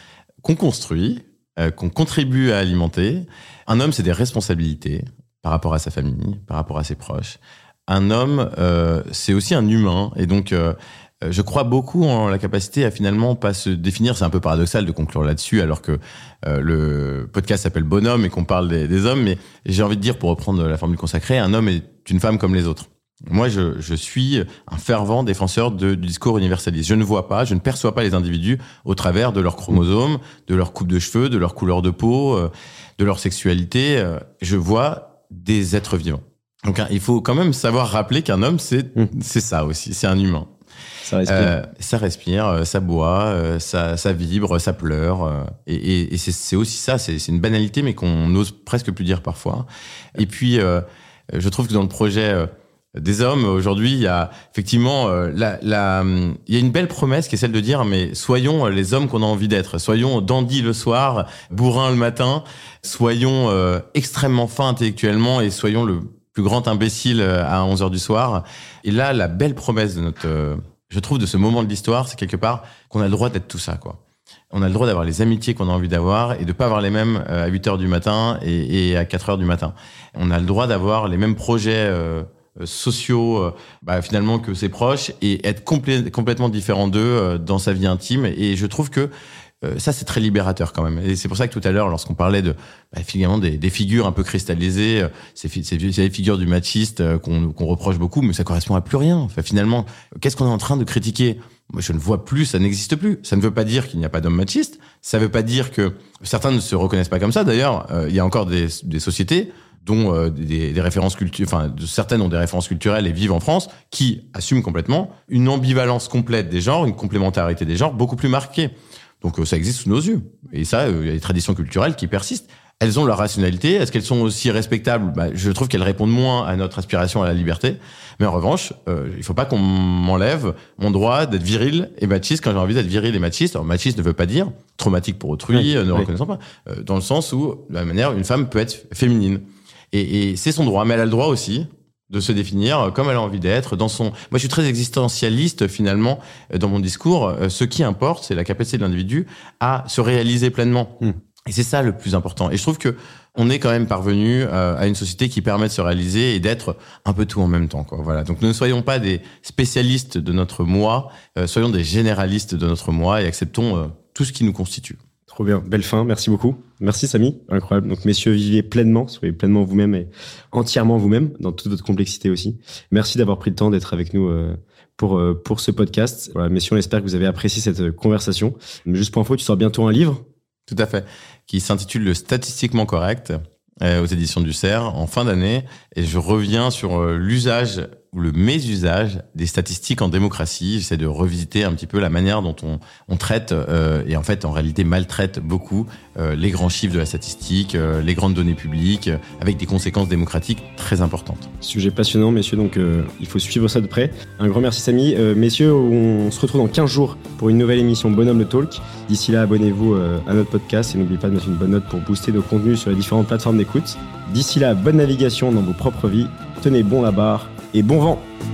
qu'on construit, euh, qu'on contribue à alimenter. Un homme, c'est des responsabilités par rapport à sa famille, par rapport à ses proches. Un homme, euh, c'est aussi un humain. Et donc, euh, je crois beaucoup en la capacité à finalement pas se définir. C'est un peu paradoxal de conclure là-dessus, alors que euh, le podcast s'appelle Bonhomme et qu'on parle des, des hommes. Mais j'ai envie de dire, pour reprendre la formule consacrée, un homme est une femme comme les autres. Moi, je, je suis un fervent défenseur de, du discours universaliste. Je ne vois pas, je ne perçois pas les individus au travers de leurs chromosomes, de leur coupe de cheveux, de leur couleur de peau, euh, de leur sexualité. Je vois des êtres vivants. Donc, hein, il faut quand même savoir rappeler qu'un homme, c'est, mmh. c'est ça aussi, c'est un humain. Ça respire. Euh, ça respire, ça boit, euh, ça, ça vibre, ça pleure. Euh, et et, et c'est, c'est aussi ça, c'est, c'est une banalité, mais qu'on n'ose presque plus dire parfois. Et puis, euh, je trouve que dans le projet euh, des hommes, aujourd'hui, il y a effectivement euh, la, la, il y a une belle promesse qui est celle de dire, mais soyons les hommes qu'on a envie d'être. Soyons dandy le soir, bourrin le matin. Soyons euh, extrêmement fins intellectuellement et soyons le plus grand imbécile à onze heures du soir. Et là, la belle promesse de notre... Euh, je trouve, de ce moment de l'histoire, c'est quelque part qu'on a le droit d'être tout ça, quoi. On a le droit d'avoir les amitiés qu'on a envie d'avoir et de pas avoir les mêmes à huit heures du matin et, et à quatre heures du matin. On a le droit d'avoir les mêmes projets euh, sociaux, euh, bah, finalement, que ses proches et être complé- complètement différent d'eux euh, dans sa vie intime. Et je trouve que euh, ça, c'est très libérateur quand même. Et c'est pour ça que tout à l'heure, lorsqu'on parlait de bah, finalement des, des figures un peu cristallisées, euh, c'est, c'est, c'est les figures du machiste euh, qu'on, qu'on reproche beaucoup, mais ça correspond à plus rien. Enfin, finalement, qu'est-ce qu'on est en train de critiquer ? Moi, je ne vois plus, ça n'existe plus. Ça ne veut pas dire qu'il n'y a pas d'hommes machistes. Ça ne veut pas dire que certains ne se reconnaissent pas comme ça. D'ailleurs, euh, il y a encore des, des sociétés dont euh, des, des références culturelles, enfin, certaines ont des références culturelles et vivent en France, qui assument complètement une ambivalence complète des genres, une complémentarité des genres beaucoup plus marquée. Donc, euh, ça existe sous nos yeux. Et ça, euh, il y a des traditions culturelles qui persistent. Elles ont leur rationalité. Est-ce qu'elles sont aussi respectables ? Bah, je trouve qu'elles répondent moins à notre aspiration à la liberté. Mais en revanche, euh, il faut pas qu'on m'enlève mon droit d'être viril et machiste quand j'ai envie d'être viril et machiste. Alors, machiste ne veut pas dire traumatique pour autrui, oui, euh, ne oui. reconnaissant pas. Euh, dans le sens où, de la même manière, une femme peut être féminine. Et, et c'est son droit. Mais elle a le droit aussi de se définir comme elle a envie d'être. Dans son... Moi, je suis très existentialiste, finalement, dans mon discours. Ce qui importe, c'est la capacité de l'individu à se réaliser pleinement. Mmh. Et c'est ça le plus important. Et je trouve que on est quand même parvenu euh, à une société qui permet de se réaliser et d'être un peu tout en même temps, quoi. Voilà. Donc ne soyons pas des spécialistes de notre moi, euh, soyons des généralistes de notre moi et acceptons euh, tout ce qui nous constitue. Trop bien, belle fin, merci beaucoup. Merci Samy, incroyable. Donc messieurs, vivez pleinement, soyez pleinement vous-même et entièrement vous-même, dans toute votre complexité aussi. Merci d'avoir pris le temps d'être avec nous euh, pour euh, pour ce podcast. Voilà, messieurs, on espère que vous avez apprécié cette conversation. Mais juste pour info, tu sors bientôt un livre ? Tout à fait, qui s'intitule Le Statistiquement Correct, euh, aux éditions du C E R, en fin d'année. Et je reviens sur euh, l'usage ou le mésusage des statistiques en démocratie. J'essaie de revisiter un petit peu la manière dont on, on traite, euh, et en fait, en réalité, maltraite beaucoup euh, les grands chiffres de la statistique, euh, les grandes données publiques, euh, avec des conséquences démocratiques très importantes. Sujet passionnant, messieurs, donc euh, il faut suivre ça de près. Un grand merci, Samy. Euh, messieurs, on se retrouve dans quinze jours pour une nouvelle émission Bonhomme le Talk. D'ici là, abonnez-vous euh, à notre podcast et n'oubliez pas de mettre une bonne note pour booster nos contenus sur les différentes plateformes d'écoute. D'ici là, bonne navigation dans vos propres vies. Tenez bon la barre et bon vent.